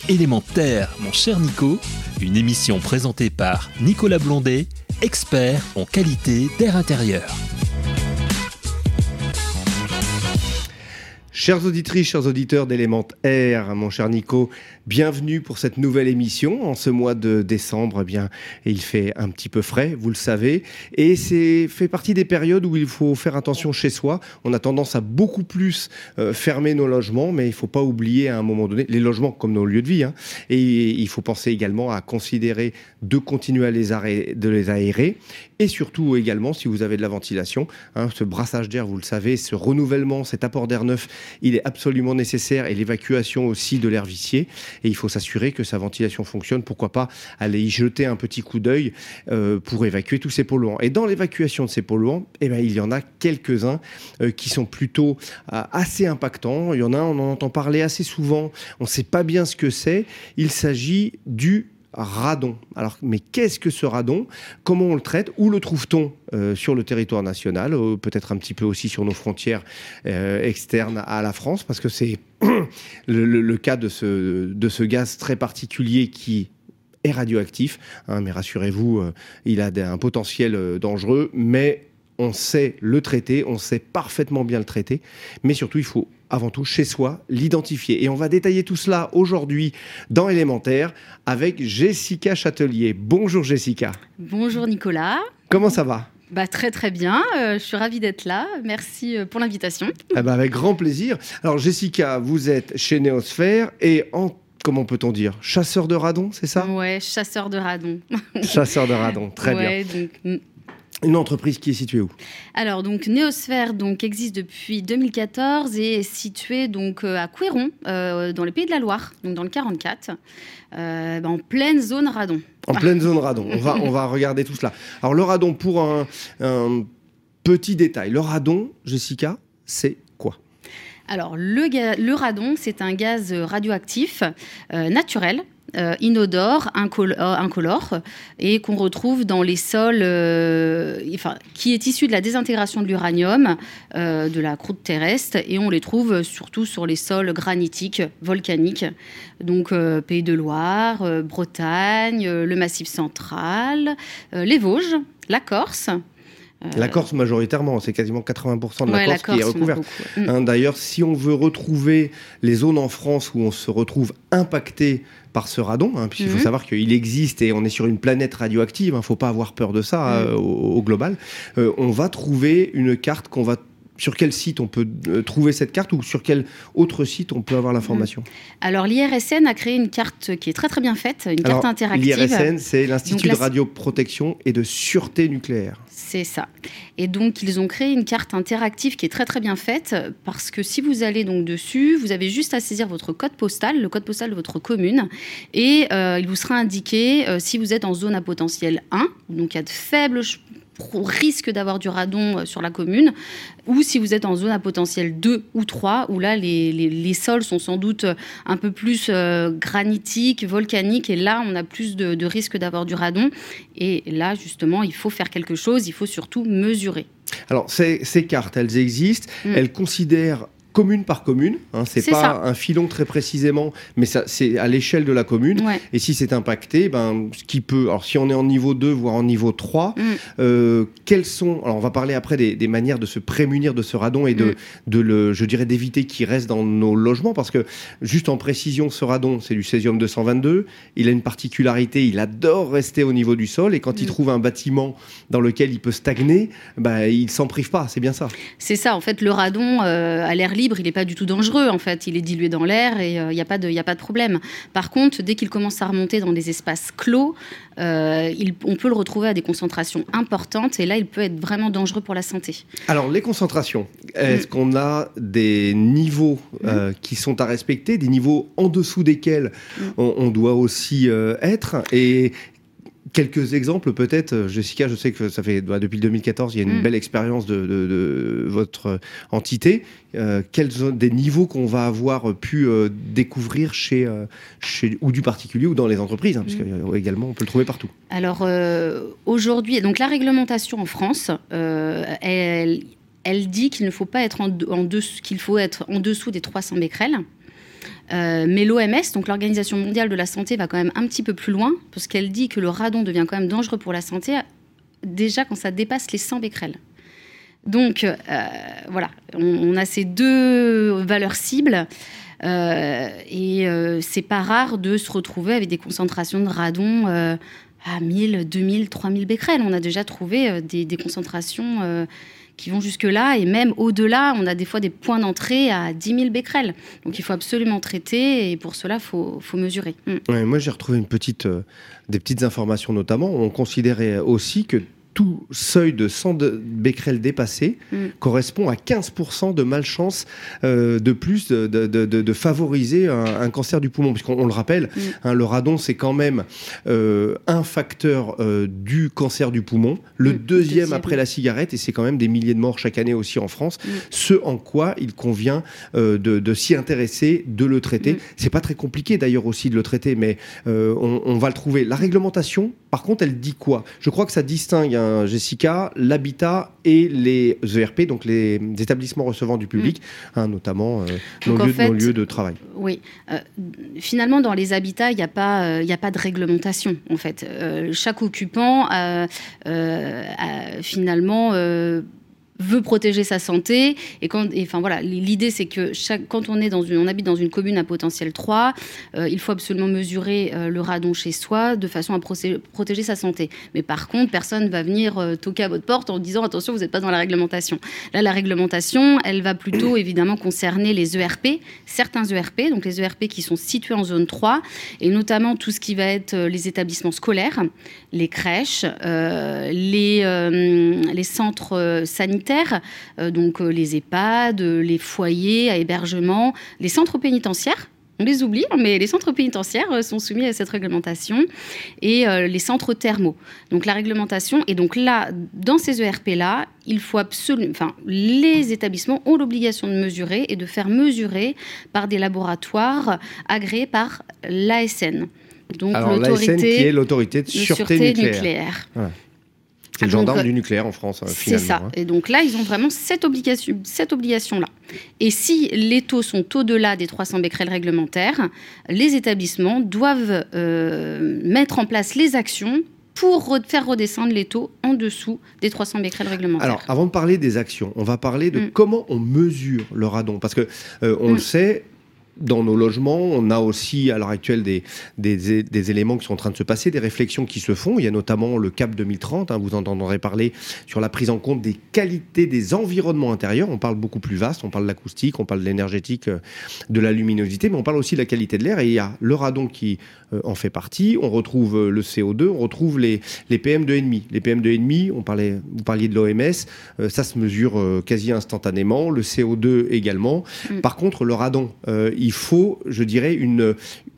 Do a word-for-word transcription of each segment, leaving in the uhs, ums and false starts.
Élémentaire, mon cher Nico, une émission présentée par Nicolas Blondet, expert en qualité d'air intérieur. Chères auditrices, chers auditeurs d'Élémentaire, mon cher Nico, bienvenue pour cette nouvelle émission. En ce mois de décembre, eh bien, il fait un petit peu frais, vous le savez, et c'est fait partie des périodes où il faut faire attention chez soi. On a tendance à beaucoup plus euh, fermer nos logements, mais il ne faut pas oublier à un moment donné les logements comme nos lieux de vie. Hein, et il faut penser également à considérer de continuer à les, arrêter, de les aérer, et surtout également, si vous avez de la ventilation, hein, ce brassage d'air, vous le savez, ce renouvellement, cet apport d'air neuf, il est absolument nécessaire, et l'évacuation aussi de l'air vicié. Et il faut s'assurer que sa ventilation fonctionne. Pourquoi pas aller y jeter un petit coup d'œil euh, pour évacuer tous ces polluants. Et dans l'évacuation de ces polluants, eh ben, il y en a quelques-uns euh, qui sont plutôt euh, assez impactants. Il y en a, on en entend parler assez souvent. On ne sait pas bien ce que c'est. Il s'agit du radon. Alors, mais qu'est-ce que ce radon ? Comment on le traite ? Où le trouve-t-on euh, sur le territoire national ? euh, Peut-être un petit peu aussi sur nos frontières euh, externes à la France, parce que c'est le, le, le cas de ce, de ce gaz très particulier qui est radioactif. Hein, mais rassurez-vous, euh, il a un potentiel euh, dangereux, mais on sait le traiter, on sait parfaitement bien le traiter, mais surtout, il faut avant tout, chez soi, l'identifier. Et on va détailler tout cela aujourd'hui dans Élémentaire avec Jessica Chatelier. Bonjour Jessica. Bonjour Nicolas. Comment ça va ? Bah, très très bien, euh, je suis ravie d'être là. Merci pour l'invitation. Ah bah, avec grand plaisir. Alors Jessica, vous êtes chez Néosphère et en comment peut-on dire ? Chasseur de radon, c'est ça ? Ouais, chasseur de radon. Chasseur de radon, très ouais, bien. Donc... Une entreprise qui est située où ? Alors, donc, Néosphère donc, existe depuis deux mille quatorze et est située donc, à Couéron, euh, dans les Pays de la Loire, donc dans le quarante-quatre, euh, en pleine zone radon. En pleine zone radon. On va, on va regarder tout cela. Alors, le radon, pour un, un petit détail. Le radon, Jessica, c'est quoi ? Alors, le, ga- le radon, c'est un gaz radioactif euh, naturel, Euh, inodore, incol- euh, incolore, et qu'on retrouve dans les sols, euh, enfin, qui est issu de la désintégration de l'uranium, euh, de la croûte terrestre, et on les trouve surtout sur les sols granitiques, volcaniques, donc euh, Pays de Loire, euh, Bretagne, euh, le Massif central, euh, les Vosges, la Corse. La Corse majoritairement, c'est quasiment quatre-vingts pour cent de la, ouais, Corse, la Corse qui est recouverte. Mmh. Hein, d'ailleurs, si on veut retrouver les zones en France où on se retrouve impacté par ce radon, hein, puisqu'il mmh. faut savoir qu'il existe et on est sur une planète radioactive, il hein, ne faut pas avoir peur de ça mmh. euh, au, au global, euh, on va trouver une carte qu'on va... Sur quel site on peut euh, trouver cette carte ou sur quel autre site on peut avoir l'information ? Alors, l'I R S N a créé une carte qui est très très bien faite, une Alors, carte interactive. L'I R S N, c'est l'Institut donc, de radioprotection et de sûreté nucléaire. C'est ça. Et donc, ils ont créé une carte interactive qui est très très bien faite parce que si vous allez donc dessus, vous avez juste à saisir votre code postal, le code postal de votre commune, et euh, il vous sera indiqué euh, si vous êtes en zone à potentiel un, donc il y a de faibles risque d'avoir du radon sur la commune, ou si vous êtes en zone à potentiel deux ou trois, où là, les, les, les sols sont sans doute un peu plus euh, granitiques, volcaniques, et là, on a plus de, de risque d'avoir du radon. Et là, justement, il faut faire quelque chose, il faut surtout mesurer. Alors, ces, ces cartes, elles existent, mmh. elles considèrent commune par commune, hein, c'est, c'est pas ça. Un filon très précisément, mais ça, c'est à l'échelle de la commune. Ouais. Et si c'est impacté, ben, ce qui peut, alors si on est en niveau deux, voire en niveau trois, mm. euh, quels sont, alors on va parler après des, des manières de se prémunir de ce radon et de, mm. de le, je dirais, d'éviter qu'il reste dans nos logements, parce que juste en précision, ce radon, c'est du césium deux cent vingt-deux, il a une particularité, il adore rester au niveau du sol, et quand mm. il trouve un bâtiment dans lequel il peut stagner, ben, il s'en prive pas, c'est bien ça. C'est ça, en fait, le radon, euh, à l'air libre, il n'est pas du tout dangereux, en fait. Il est dilué dans l'air et il euh, n'y a pas de, y a pas de problème. Par contre, dès qu'il commence à remonter dans des espaces clos, euh, il, on peut le retrouver à des concentrations importantes et là, il peut être vraiment dangereux pour la santé. Alors, les concentrations, est-ce mmh. qu'on a des niveaux euh, mmh. qui sont à respecter, des niveaux en dessous desquels mmh. on, on doit aussi euh, être et quelques exemples peut-être, Jessica, je sais que ça fait bah, depuis le deux mille quatorze, il y a une mmh. belle expérience de, de, de votre entité. Euh, quels sont des niveaux qu'on va avoir pu euh, découvrir chez, euh, chez ou du particulier ou dans les entreprises, hein, mmh. parce qu'également on peut le trouver partout. Alors euh, aujourd'hui, donc la réglementation en France, euh, elle, elle dit qu'il ne faut pas être en, en dessous, qu'il faut être en dessous des trois cents becquerels. Euh, mais l'O M S, donc l'Organisation mondiale de la santé, va quand même un petit peu plus loin, parce qu'elle dit que le radon devient quand même dangereux pour la santé, déjà quand ça dépasse les cent becquerels. Donc, euh, voilà, on, on a ces deux valeurs cibles. Euh, et euh, c'est pas rare de se retrouver avec des concentrations de radon euh, à mille, deux mille, trois mille becquerels. On a déjà trouvé euh, des, des concentrations euh, qui vont jusque-là, et même au-delà, on a des fois des points d'entrée à dix mille becquerels. Donc il faut absolument traiter, et pour cela, il faut, faut mesurer. Mm. Ouais, moi, j'ai retrouvé une petite, euh, des petites informations notamment. On considérait aussi que tout seuil de cent becquerels dépassé mm. correspond à quinze pour cent de malchance euh, de plus de, de, de, de favoriser un, un cancer du poumon. Puisqu'on on le rappelle, mm. hein, le radon, c'est quand même euh, un facteur euh, du cancer du poumon, le mm. deuxième, deuxième après la cigarette, et c'est quand même des milliers de morts chaque année aussi en France. Mm. Ce en quoi il convient euh, de, de s'y intéresser, de le traiter. Mm. C'est pas très compliqué d'ailleurs aussi de le traiter, mais euh, on, on va le trouver. La réglementation, par contre, elle dit quoi ? Je crois que ça distingue, hein, Jessica, l'habitat et les E R P, donc les établissements recevant du public, mmh. hein, notamment euh, nos, lieux, fait, nos lieux de travail. Oui. Euh, finalement, dans les habitats, il n'y a, euh, a pas de réglementation, en fait. Euh, chaque occupant a, euh, a finalement... Euh, veut protéger sa santé, et quand, et, enfin voilà, l'idée c'est que chaque, quand on est dans une, on habite dans une commune à potentiel trois, euh, il faut absolument mesurer euh, le radon chez soi de façon à procé- protéger sa santé. Mais par contre, personne va venir euh, toquer à votre porte en disant attention, vous n'êtes pas dans la réglementation. Là, la réglementation, elle va plutôt évidemment concerner les E R P, certains E R P, donc les E R P qui sont situés en zone trois, et notamment tout ce qui va être euh, les établissements scolaires, les crèches, euh, les, euh, les centres euh, sanitaires, Euh, donc euh, les EHPAD, euh, les foyers à hébergement, les centres pénitentiaires. On les oublie, mais les centres pénitentiaires euh, sont soumis à cette réglementation, et euh, les centres thermaux. Donc la réglementation, et donc là, dans ces E R P-là, il faut absolument, enfin, les établissements ont l'obligation de mesurer et de faire mesurer par des laboratoires agréés par l'A S N. Donc alors l'autorité, l'A S N qui est l'autorité de, de sûreté, sûreté nucléaire. nucléaire. Voilà. C'est le gendarme donc, du nucléaire en France, finalement. C'est ça. Hein. Et donc là, ils ont vraiment cette, obligation, cette obligation-là. Et si les taux sont au-delà des trois cents becquerels réglementaires, les établissements doivent euh, mettre en place les actions pour faire redescendre les taux en dessous des trois cents becquerels réglementaires. Alors, avant de parler des actions, on va parler de mm. comment on mesure le radon. Parce qu'on euh, mm. le sait... Dans nos logements, on a aussi à l'heure actuelle des, des, des éléments qui sont en train de se passer, des réflexions qui se font. Il y a notamment le C A P deux mille trente, hein, vous entendrez parler sur la prise en compte des qualités des environnements intérieurs. On parle beaucoup plus vaste, on parle de l'acoustique, on parle de l'énergétique, de la luminosité, mais on parle aussi de la qualité de l'air. Et il y a le radon qui euh, en fait partie. On retrouve le C O deux, on retrouve les, les P M deux virgule cinq. Les P M deux virgule cinq, on parlait, vous parliez de l'O M S, euh, ça se mesure euh, quasi instantanément. Le C O deux également. Mm. Par contre, le radon, euh, il faut, je dirais, une,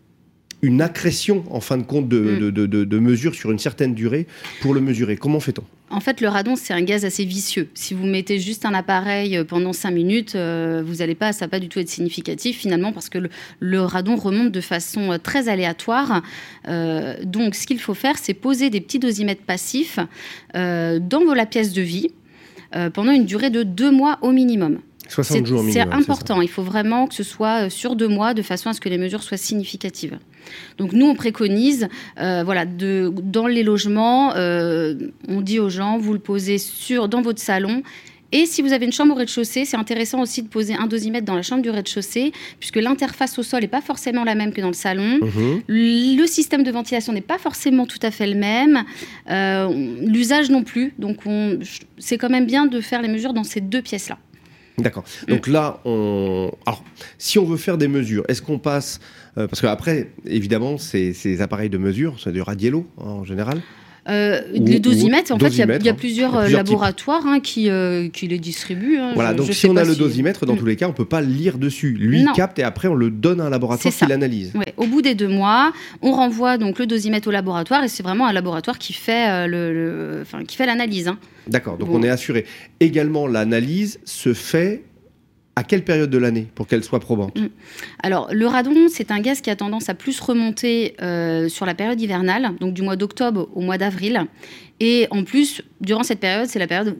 une accrétion, en fin de compte, de, mm. de, de, de, de mesure sur une certaine durée pour le mesurer. Comment fait-on ? En fait, le radon, c'est un gaz assez vicieux. Si vous mettez juste un appareil pendant cinq minutes, euh, vous allez pas, ça va pas du tout être significatif, finalement, parce que le, le radon remonte de façon très aléatoire. Euh, donc, ce qu'il faut faire, c'est poser des petits dosimètres passifs euh, dans la pièce de vie euh, pendant une durée de deux mois au minimum. soixante c'est, jours minimum. C'est important. C'est il faut vraiment que ce soit sur deux mois, de façon à ce que les mesures soient significatives. Donc nous, on préconise, euh, voilà, de, dans les logements, euh, on dit aux gens, vous le posez sur, dans votre salon. Et si vous avez une chambre au rez-de-chaussée, c'est intéressant aussi de poser un dosimètre dans la chambre du rez-de-chaussée, puisque l'interface au sol n'est pas forcément la même que dans le salon. Mmh. Le système de ventilation n'est pas forcément tout à fait le même. Euh, l'usage non plus. Donc on, c'est quand même bien de faire les mesures dans ces deux pièces-là. D'accord. Donc mmh. là, on... Alors, si on veut faire des mesures, est-ce qu'on passe... Euh, parce qu'après, évidemment, ces, ces appareils de mesure, c'est du radiello, hein, en général. Euh, ou, les dosimètres, en fait, il y, y a plusieurs, hein, plusieurs laboratoires hein, qui, euh, qui les distribuent. Hein. Voilà, je, donc je si on a si... le dosimètre, dans mmh. tous les cas, on ne peut pas lire dessus. Lui, il capte et après, on le donne à un laboratoire qui l'analyse. Ouais. Au bout des deux mois, on renvoie donc le dosimètre au laboratoire et c'est vraiment un laboratoire qui fait, euh, le, le, enfin, qui fait l'analyse. Hein. D'accord, donc bon. On est assuré. Également, l'analyse se fait... À quelle période de l'année pour qu'elle soit probante ? mmh. Alors, le radon, c'est un gaz qui a tendance à plus remonter euh, sur la période hivernale, donc du mois d'octobre au mois d'avril. Et en plus, durant cette période, c'est la période où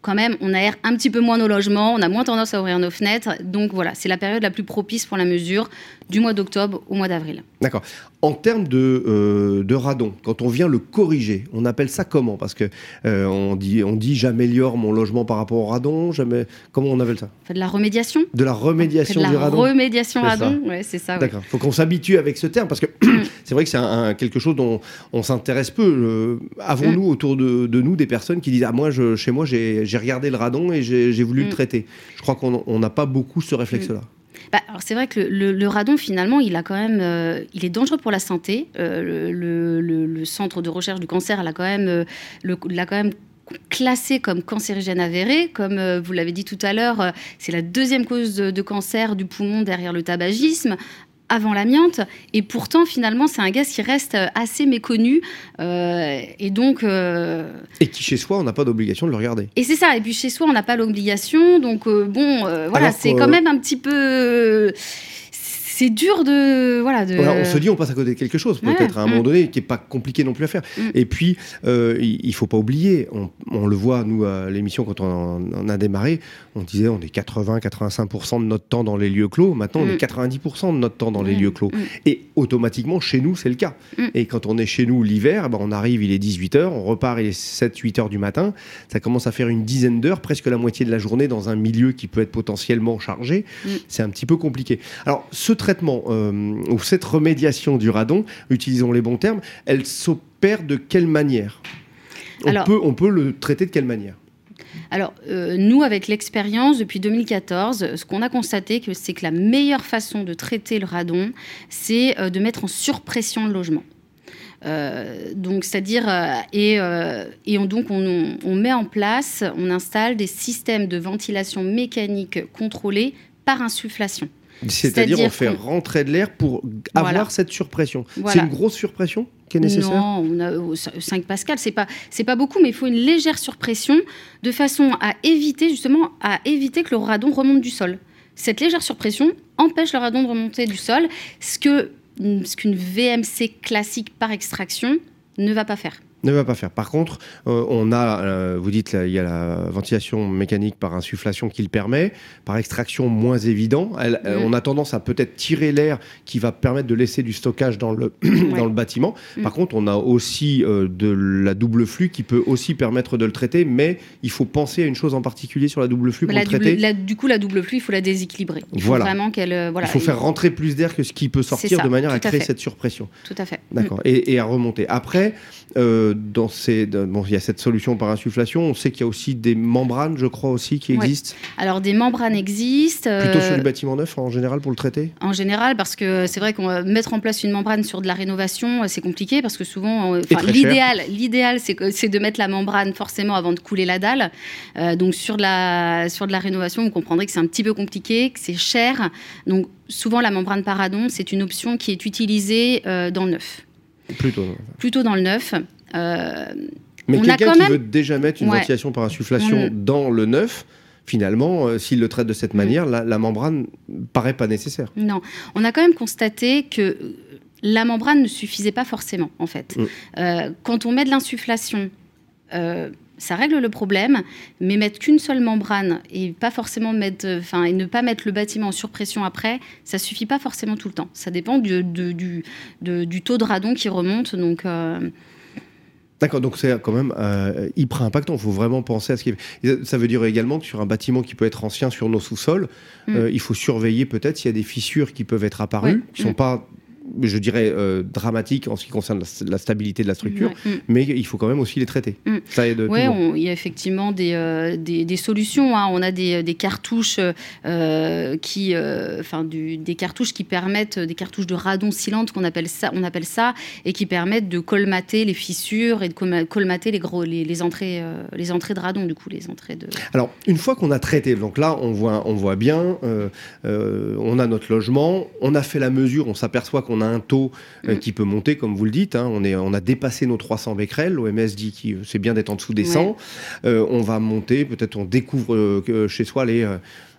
quand même, on aère un petit peu moins nos logements, on a moins tendance à ouvrir nos fenêtres. Donc voilà, c'est la période la plus propice pour la mesure, du mois d'octobre au mois d'avril. D'accord. En termes de, euh, de radon, quand on vient le corriger, on appelle ça comment ? Parce que euh, on dit, on dit j'améliore mon logement par rapport au radon. Jamais... Comment on appelle ça ? On fait de la remédiation. De la remédiation du radon. De la remédiation c'est radon, ouais, c'est ça. D'accord. Il faut qu'on s'habitue avec ce terme parce que c'est vrai que c'est un, un, quelque chose dont on s'intéresse peu. Euh, avons-nous mm. autour de, de nous des personnes qui disent ah moi je, chez moi j'ai, j'ai regardé le radon et j'ai, j'ai voulu mm. le traiter. Je crois qu'on n'a pas beaucoup ce réflexe-là. Mm. Bah, alors c'est vrai que le, le, le radon, finalement, il, a quand même, euh, il est dangereux pour la santé. Euh, le, le, le Centre de recherche du cancer l'a quand même, euh, le, l'a quand même classé comme cancérigène avéré. Comme euh, vous l'avez dit tout à l'heure, euh, c'est la deuxième cause de, de cancer du poumon derrière le tabagisme, avant l'amiante, et pourtant finalement c'est un gaz qui reste assez méconnu euh, et donc euh... et qui chez soi on n'a pas d'obligation de le regarder, et c'est ça, et puis chez soi on n'a pas l'obligation, donc euh, bon euh, voilà. Alors, c'est euh... quand même un petit peu euh... c'est dur de... Voilà, de... Voilà, on se dit, on passe à côté de quelque chose, peut-être, ouais, à un mmh. moment donné, qui n'est pas compliqué non plus à faire. Mmh. Et puis, euh, il ne faut pas oublier, on, on le voit, nous, à l'émission, quand on, on a démarré, on disait, on est quatre-vingts à quatre-vingt-cinq pour cent de notre temps dans les lieux clos. Maintenant, mmh. on est quatre-vingt-dix pour cent de notre temps dans mmh. les lieux clos. Mmh. Et automatiquement, chez nous, c'est le cas. Mmh. Et quand on est chez nous l'hiver, ben, on arrive, il est dix-huit heures, on repart, il est sept huit heures du matin. Ça commence à faire une dizaine d'heures, presque la moitié de la journée, dans un milieu qui peut être potentiellement chargé. Mmh. C'est un petit peu compliqué. Alors, ce traitement... Euh, ou cette remédiation du radon, utilisons les bons termes, elle s'opère de quelle manière ? on, Alors, peut, on peut le traiter de quelle manière ? Alors, euh, nous, avec l'expérience, depuis deux mille quatorze, ce qu'on a constaté, que c'est que la meilleure façon de traiter le radon, c'est euh, de mettre en surpression le logement. Euh, donc, c'est-à-dire, euh, et, euh, et on, donc on, on met en place, on installe des systèmes de ventilation mécanique contrôlés par insufflation. C'est-à-dire, C'est-à-dire on fait rentrer de l'air pour avoir voilà. cette surpression. Voilà. C'est une grosse surpression qui est nécessaire ? Non, on a cinq pascal, c'est pas, c'est pas beaucoup, mais il faut une légère surpression de façon à éviter, justement, à éviter que le radon remonte du sol. Cette légère surpression empêche le radon de remonter du sol, ce, que, ce qu'une V M C classique par extraction ne va pas faire. Ne va pas faire. Par contre, euh, on a, euh, vous dites, il y a la ventilation mécanique par insufflation qui le permet, par extraction moins évident. Elle, mmh. euh, on a tendance à peut-être tirer l'air qui va permettre de laisser du stockage dans le, ouais. dans le bâtiment. Mmh. Par contre, on a aussi euh, de la double flux qui peut aussi permettre de le traiter, mais il faut penser à une chose en particulier sur la double flux pour la le traiter. Double, la, du coup, la double flux, il faut la déséquilibrer. Il faut voilà. vraiment qu'elle... Euh, voilà. Il faut faire rentrer plus d'air que ce qui peut sortir de manière à, à créer fait. cette surpression. Tout à fait. D'accord. Mmh. Et, et à remonter. Après... Euh, dans ces, bon, il y a cette solution par insufflation. On sait qu'il y a aussi des membranes, je crois aussi, qui ouais. existent. Alors des membranes existent. Euh... Plutôt sur du bâtiment neuf en général pour le traiter. En général, parce que c'est vrai qu'on va mettre en place une membrane sur de la rénovation, c'est compliqué parce que souvent, l'idéal, l'idéal, c'est, que, c'est de mettre la membrane forcément avant de couler la dalle. Euh, donc sur de la sur de la rénovation, vous comprendrez que c'est un petit peu compliqué, que c'est cher. Donc souvent la membrane par radon, c'est une option qui est utilisée euh, dans le neuf. Plutôt. Plutôt dans le neuf. Euh, Mais on quelqu'un a quand qui même... veut déjà mettre une ouais. ventilation par insufflation on... dans le neuf, finalement, euh, s'il le traite de cette mmh. manière, la, la membrane paraît pas nécessaire. Non. On a quand même constaté que la membrane ne suffisait pas forcément, en fait. Mmh. Euh, quand on met de l'insufflation... Euh, ça règle le problème, mais mettre qu'une seule membrane et pas forcément mettre, enfin, et ne pas mettre le bâtiment en surpression après, ça suffit pas forcément tout le temps. Ça dépend du, de, du, de, du taux de radon qui remonte. Donc, euh... D'accord, donc c'est quand même euh, hyper impactant. Il faut vraiment penser à ce qui est... Ça veut dire également que sur un bâtiment qui peut être ancien sur nos sous-sols, mmh. euh, il faut surveiller peut-être s'il y a des fissures qui peuvent être apparues, ouais. qui ne sont mmh. pas... je dirais, euh, dramatique en ce qui concerne la, la stabilité de la structure, ouais, mm. mais il faut quand même aussi les traiter. Mm. Ça aide oui, il y a effectivement des, euh, des, des solutions. Hein. On a des, des cartouches euh, qui, enfin, euh, des cartouches qui permettent, des cartouches de radon silente qu'on appelle ça, on appelle ça, et qui permettent de colmater les fissures et de colmater les, gros, les, les, entrées, euh, les entrées de radon, du coup, les entrées de... Alors, une fois qu'on a traité, donc là, on voit, on voit bien, euh, euh, on a notre logement, on a fait la mesure, on s'aperçoit qu'on On a un taux euh, mmh. qui peut monter, comme vous le dites. Hein. On, est, on a dépassé nos trois cents becquerels. L'O M S dit que c'est bien d'être en dessous des cent. Ouais. Euh, on va monter, peut-être on découvre euh, chez soi les... Euh,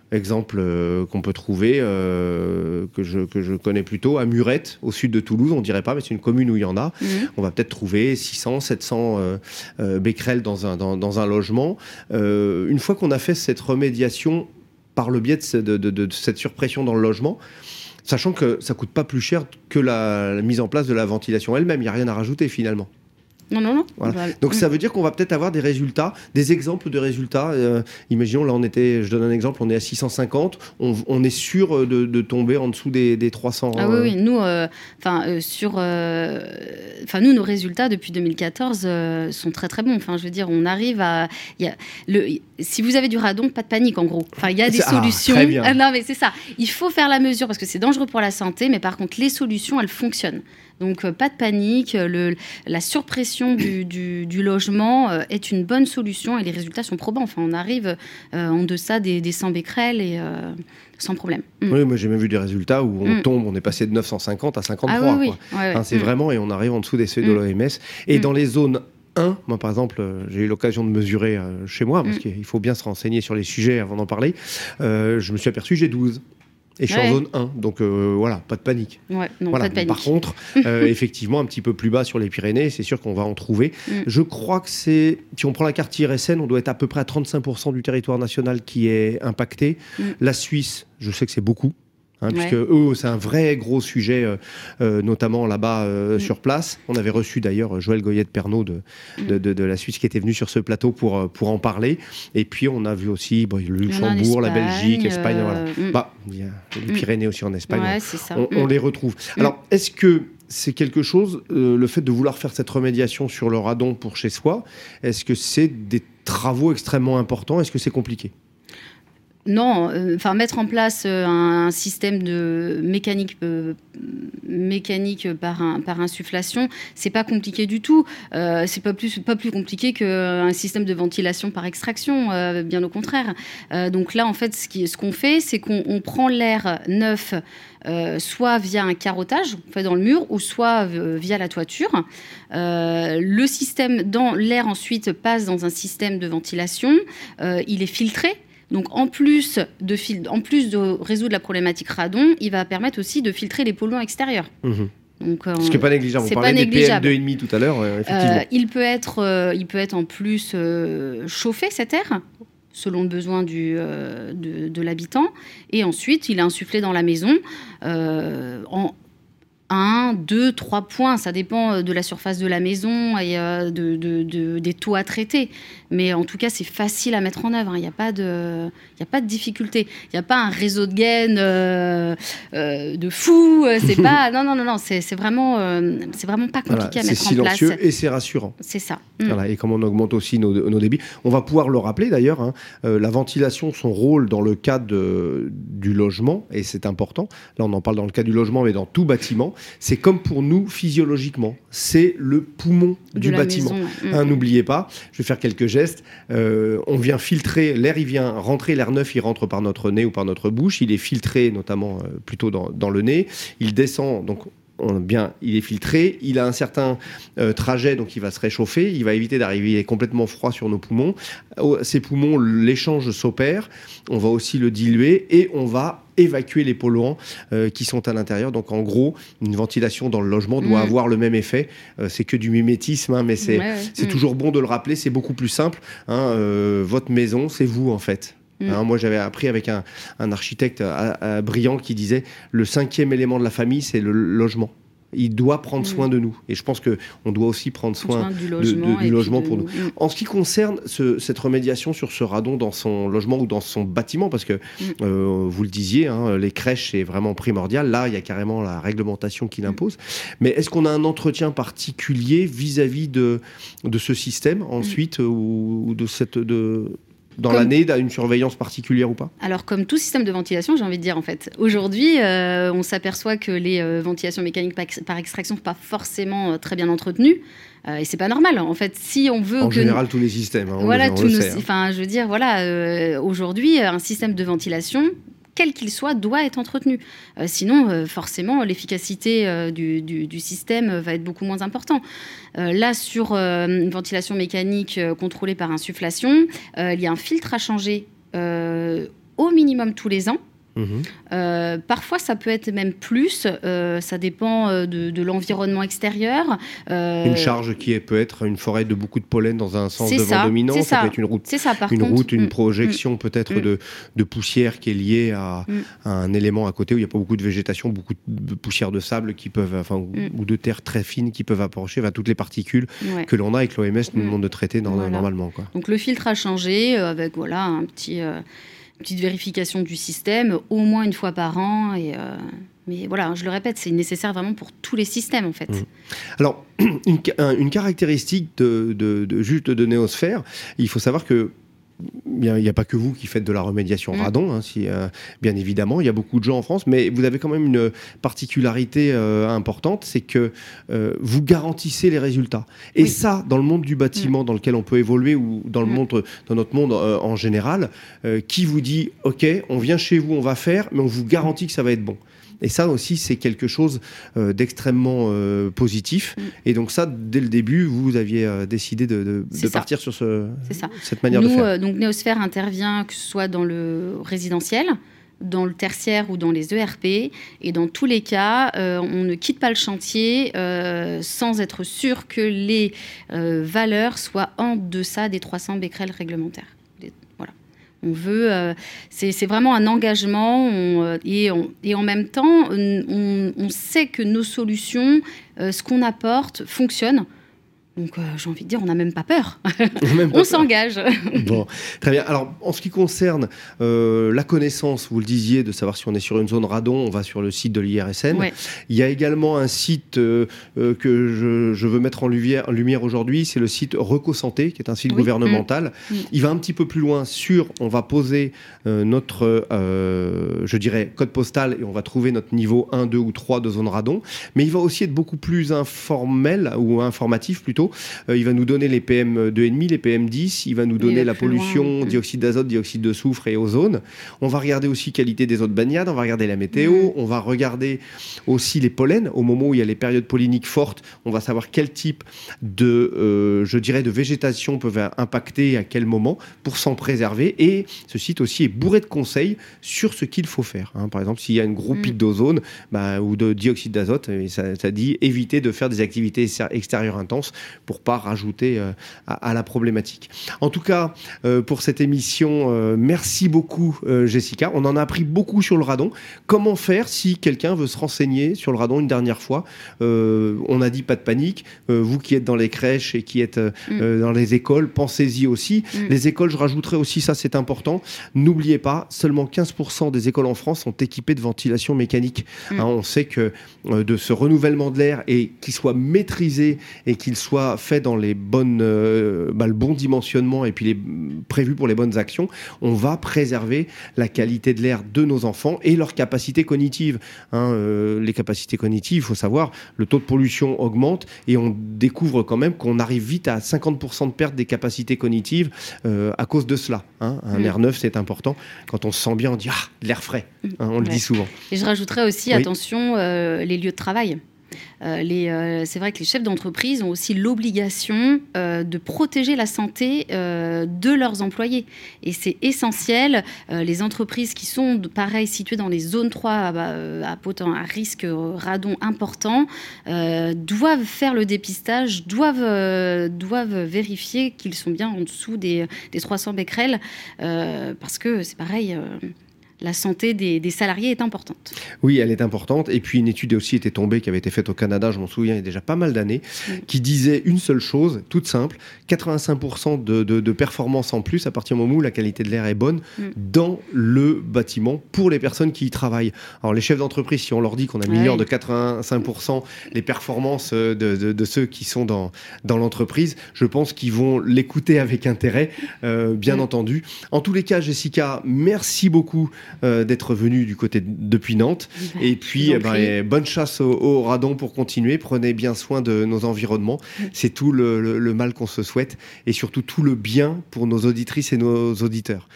Exemple euh, qu'on peut trouver, euh, que, je, que je connais plutôt, à Murettes, au sud de Toulouse, on ne dirait pas, mais c'est une commune où il y en a. Mmh. On va peut-être trouver six cents, sept cents euh, euh, becquerels dans un, dans, dans un logement. Euh, une fois qu'on a fait cette remédiation par le biais de, de, de, de cette surpression dans le logement, sachant que ça ne coûte pas plus cher que la, la mise en place de la ventilation elle-même, il n'y a rien à rajouter finalement. Non, non, non. Voilà. Donc mmh. ça veut dire qu'on va peut-être avoir des résultats, des exemples de résultats. Euh, imaginons, là on était, je donne un exemple, on est à six cent cinquante, on, on est sûr de, de tomber en dessous des, des trois cents. Ah euh... oui, oui, nous, euh, euh, sur, euh, nous, nos résultats depuis deux mille quatorze euh, sont très très bons. Enfin, je veux dire, on arrive à, y a le, si vous avez du radon, pas de panique en gros. Enfin, il y a des ah, solutions. Très bien. Ah, non, mais c'est ça. Il faut faire la mesure parce que c'est dangereux pour la santé, mais par contre, les solutions, elles fonctionnent. Donc, euh, pas de panique. Le, la surpression du, du, du logement euh, est une bonne solution et les résultats sont probants. Enfin, on arrive euh, en deçà des, des cent becquerels et euh, sans problème. Mm. Oui, moi j'ai même vu des résultats où on mm. tombe, on est passé de neuf cent cinquante à cinquante-trois. Ah, oui, quoi. oui. Ouais, ouais. Enfin, c'est mm. vraiment, et on arrive en dessous des seuils de l'O M S. Et mm. dans les zones un, moi par exemple, j'ai eu l'occasion de mesurer euh, chez moi, parce mm. qu'il faut bien se renseigner sur les sujets avant d'en parler. Euh, je me suis aperçu, j'ai douze. Et je suis ouais. en zone un, donc euh, voilà, pas de panique. Ouais, non, voilà. pas de panique. Par contre, euh, effectivement, un petit peu plus bas sur les Pyrénées, c'est sûr qu'on va en trouver. Mm. Je crois que c'est, si on prend la carte I R S N, on doit être à peu près à trente-cinq pour cent du territoire national qui est impacté. Mm. La Suisse, je sais que c'est beaucoup. Hein, ouais. Puisque eux, c'est un vrai gros sujet, euh, euh, notamment là-bas euh, mm. sur place. On avait reçu d'ailleurs Joël Goyette-Pernot de, mm. de, de, de la Suisse qui était venu sur ce plateau pour, pour en parler. Et puis on a vu aussi bon, le Luxembourg, la Belgique, l'Espagne. Euh... Voilà. Mm. Bah, il y a les Pyrénées mm. aussi en Espagne. Ouais, c'est ça. On, mm. on les retrouve. Mm. Alors, est-ce que c'est quelque chose, euh, le fait de vouloir faire cette remédiation sur le radon pour chez soi, est-ce que c'est des travaux extrêmement importants? Est-ce que c'est compliqué? Non, enfin euh, mettre en place euh, un système de mécanique, euh, mécanique par, un, par insufflation, c'est pas compliqué du tout. Euh, c'est pas plus, pas plus compliqué qu'un système de ventilation par extraction, euh, bien au contraire. Euh, donc là, en fait, ce, qui, ce qu'on fait, c'est qu'on on prend l'air neuf, euh, soit via un carottage fait dans le mur, ou soit euh, via la toiture. Euh, le système, dans l'air ensuite passe dans un système de ventilation. Euh, il est filtré. Donc, en plus, de fil- en plus de résoudre la problématique radon, il va permettre aussi de filtrer les polluants extérieurs. Mmh. Donc, euh, Ce qui n'est pas négligeable. On parlait des P M deux virgule cinq tout à l'heure, euh, effectivement. Euh, il, peut être, euh, il peut être en plus euh, chauffé, cet air, selon le besoin du, euh, de, de l'habitant. Et ensuite, il est insufflé dans la maison euh, en un, deux, trois points, ça dépend de la surface de la maison et euh, de, de, de, des taux à traiter. Mais en tout cas, c'est facile à mettre en œuvre. Il hein. n'y a pas de, il y a pas de difficulté. Il n'y a pas un réseau de gaines euh, euh, de fou. C'est pas, non, non, non, non. C'est, c'est vraiment, euh, c'est vraiment pas compliqué voilà, à mettre en place. C'est silencieux et c'est rassurant. C'est ça. Voilà, mm. Et comme on augmente aussi nos, nos débits, on va pouvoir le rappeler d'ailleurs. Hein, euh, la ventilation, son rôle dans le cadre de, du logement, et c'est important. Là, on en parle dans le cas du logement, mais dans tout bâtiment. C'est comme pour nous physiologiquement, c'est le poumon de du bâtiment. Mmh. Hein, n'oubliez pas, je vais faire quelques gestes. Euh, on vient filtrer, l'air il vient rentrer, l'air neuf il rentre par notre nez ou par notre bouche. Il est filtré notamment euh, plutôt dans, dans le nez. Il descend donc. On, bien, il est filtré, il a un certain euh, trajet, donc il va se réchauffer, il va éviter d'arriver complètement froid sur nos poumons. Oh, ces poumons, l'échange s'opère, on va aussi le diluer et on va évacuer les polluants euh, qui sont à l'intérieur. Donc en gros, une ventilation dans le logement doit mmh. avoir le même effet. Euh, c'est que du mimétisme, hein, mais c'est, ouais, ouais. c'est mmh. toujours bon de le rappeler, c'est beaucoup plus simple. Hein, euh, votre maison, c'est vous en fait. Mmh. Hein, moi, j'avais appris avec un, un architecte à, à brillant qui disait le cinquième élément de la famille, c'est le logement. Il doit prendre mmh. soin de nous. Et je pense qu'on doit aussi prendre soin, soin du logement, de, de, du logement pour de... nous. Mmh. En ce qui concerne ce, cette remédiation sur ce radon dans son logement ou dans son bâtiment, parce que mmh. euh, vous le disiez, hein, les crèches, c'est vraiment primordial. Là, il y a carrément la réglementation qui l'impose. Mmh. Mais est-ce qu'on a un entretien particulier vis-à-vis de, de ce système ensuite mmh. ou, ou de cette... De... Dans comme... l'année, une surveillance particulière ou pas? Alors, comme tout système de ventilation, j'ai envie de dire, en fait. Aujourd'hui, euh, on s'aperçoit que les euh, ventilations mécaniques par, ex- par extraction ne sont pas forcément euh, très bien entretenues. Euh, et c'est pas normal. En fait, si on veut en que... général, nous... tous les systèmes, hein, voilà, on, tous on nos... le sait. Enfin, hein. je veux dire, voilà, euh, aujourd'hui, un système de ventilation... quel qu'il soit, doit être entretenu. Euh, sinon, euh, forcément, l'efficacité euh, du, du, du système va être beaucoup moins importante. Euh, là, sur euh, une ventilation mécanique euh, contrôlée par insufflation, euh, il y a un filtre à changer euh, au minimum tous les ans. Mmh. Euh, parfois, ça peut être même plus. Euh, ça dépend de, de l'environnement extérieur. Euh, une charge qui est, peut être une forêt de beaucoup de pollen dans un sens de vent ça, dominant. Ça, ça peut être une route, ça, par une, contre. route une mmh. projection mmh. peut-être mmh. de, de poussière qui est liée à, mmh. à un élément à côté où il n'y a pas beaucoup de végétation, beaucoup de poussière de sable qui peuvent, enfin, mmh. ou de terre très fine qui peuvent approcher enfin, toutes les particules ouais. que l'on a et que l'O M S nous demande mmh. de traiter dans, voilà. normalement. Quoi. Donc le filtre a changé avec voilà, un petit... Euh, petite vérification du système, au moins une fois par an. Et euh, mais voilà, je le répète, c'est nécessaire vraiment pour tous les systèmes, en fait. Mmh. Alors, une, une caractéristique de, de, de, juste de Néosphère, il faut savoir que il n'y a pas que vous qui faites de la remédiation mmh. radon, hein, si, euh, bien évidemment, il y a beaucoup de gens en France, mais vous avez quand même une particularité euh, importante, c'est que euh, vous garantissez les résultats. Et oui. ça, dans le monde du bâtiment mmh. dans lequel on peut évoluer, ou dans, le mmh. monde, dans notre monde euh, en général, euh, qui vous dit « Ok, on vient chez vous, on va faire, mais on vous garantit que ça va être bon ». Et ça aussi, c'est quelque chose euh, d'extrêmement euh, positif. Mmh. Et donc ça, dès le début, vous aviez euh, décidé de, de, de partir sur ce, cette manière Nous, de faire. Euh, donc Néosphère intervient que ce soit dans le résidentiel, dans le tertiaire ou dans les E R P. Et dans tous les cas, euh, on ne quitte pas le chantier euh, sans être sûr que les euh, valeurs soient en deçà des trois cents becquerels réglementaires. On veut, euh, c'est, c'est vraiment un engagement on, euh, et, on, et en même temps, on, on sait que nos solutions, euh, ce qu'on apporte, fonctionne. Donc, euh, j'ai envie de dire, on n'a même pas peur. Même pas on peur. S'engage. Bon, très bien. Alors, en ce qui concerne euh, la connaissance, vous le disiez, de savoir si on est sur une zone radon, on va sur le site de l'I R S N. Ouais. Il y a également un site euh, euh, que je, je veux mettre en lumière, en lumière aujourd'hui, c'est le site Recosanté, qui est un site oui. gouvernemental. Mmh. Il va un petit peu plus loin sur, on va poser euh, notre, euh, je dirais, code postal et on va trouver notre niveau un, deux ou trois de zone radon. Mais il va aussi être beaucoup plus informel ou informatif plutôt. Euh, il va nous donner les P M deux virgule cinq, les P M dix, il va nous donner la pollution, loin. dioxyde d'azote, dioxyde de soufre et ozone. On va regarder aussi qualité des eaux de baignade, on va regarder la météo, mmh. on va regarder aussi les pollens. Au moment où il y a les périodes polliniques fortes, on va savoir quel type de, euh, je dirais, de végétation peuvent impacter à quel moment pour s'en préserver. Et ce site aussi est bourré de conseils sur ce qu'il faut faire. Hein. Par exemple, s'il y a une gros pic mmh. d'ozone bah, ou de dioxyde d'azote, ça, ça dit éviter de faire des activités extérieures intenses pour pas rajouter euh, à, à la problématique. En tout cas, euh, pour cette émission, euh, merci beaucoup euh, Jessica. On en a appris beaucoup sur le radon. Comment faire si quelqu'un veut se renseigner sur le radon une dernière fois ? euh, On a dit pas de panique. Euh, vous qui êtes dans les crèches et qui êtes euh, mm. dans les écoles, pensez-y aussi. Mm. Les écoles, je rajouterai aussi, ça c'est important, n'oubliez pas, seulement quinze pour cent des écoles en France sont équipées de ventilation mécanique. Mm. Hein, on sait que euh, de ce renouvellement de l'air et qu'il soit maîtrisé et qu'il soit fait dans les bonnes, euh, bah, le bon dimensionnement et puis les, prévu pour les bonnes actions, on va préserver la qualité de l'air de nos enfants et leur capacité cognitive. Hein, euh, les capacités cognitives, il faut savoir, le taux de pollution augmente et on découvre quand même qu'on arrive vite à cinquante pour cent de perte des capacités cognitives euh, à cause de cela. Hein. Un mmh. air neuf, c'est important. Quand on se sent bien, on dit « Ah, l'air frais hein, ». On ouais. le dit souvent. Et je rajouterais aussi, oui. attention, euh, les lieux de travail. Euh, les, euh, c'est vrai que les chefs d'entreprise ont aussi l'obligation euh, de protéger la santé euh, de leurs employés. Et c'est essentiel. Euh, les entreprises qui sont, pareil, situées dans les zones trois à, à, à, à risque radon important euh, doivent faire le dépistage, doivent, euh, doivent vérifier qu'ils sont bien en dessous des, des trois cents becquerels euh, parce que c'est pareil... Euh, la santé des, des salariés est importante. Oui, elle est importante. Et puis, une étude aussi était tombée, qui avait été faite au Canada, je m'en souviens, il y a déjà pas mal d'années, oui. qui disait une seule chose, toute simple, quatre-vingt-cinq pour cent de, de, de performance en plus à partir du moment où la qualité de l'air est bonne mm. dans le bâtiment pour les personnes qui y travaillent. Alors, les chefs d'entreprise, si on leur dit qu'on améliore oui. de quatre-vingt-cinq pour cent les performances de, de, de ceux qui sont dans, dans l'entreprise, je pense qu'ils vont l'écouter avec intérêt, euh, bien mm. entendu. En tous les cas, Jessica, merci beaucoup Euh, d'être venu du côté de, depuis Nantes. Bah, et puis, eh ben, et bonne chasse au, au radon pour continuer. Prenez bien soin de nos environnements. Mmh. C'est tout le, le, le mal qu'on se souhaite et surtout tout le bien pour nos auditrices et nos auditeurs.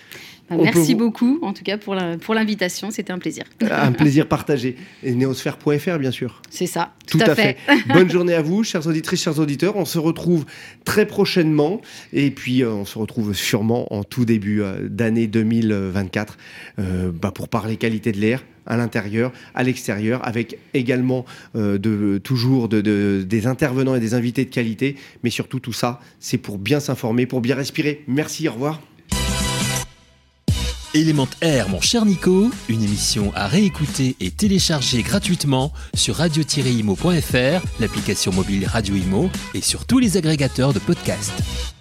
Merci vous... beaucoup, en tout cas, pour, la, pour l'invitation. C'était un plaisir. Un plaisir partagé. Et néosphère point f r, bien sûr. C'est ça, tout, tout à, à fait. fait. Bonne journée à vous, chères auditrices, chers auditeurs. On se retrouve très prochainement. Et puis, euh, on se retrouve sûrement en tout début euh, d'année deux mille vingt-quatre euh, bah, pour parler qualité de l'air à l'intérieur, à l'extérieur, avec également euh, de, toujours de, de, des intervenants et des invités de qualité. Mais surtout, tout ça, c'est pour bien s'informer, pour bien respirer. Merci, au revoir. Element Air, mon cher Nico, une émission à réécouter et télécharger gratuitement sur radio tiret imo point f r, l'application mobile Radio Imo et sur tous les agrégateurs de podcasts.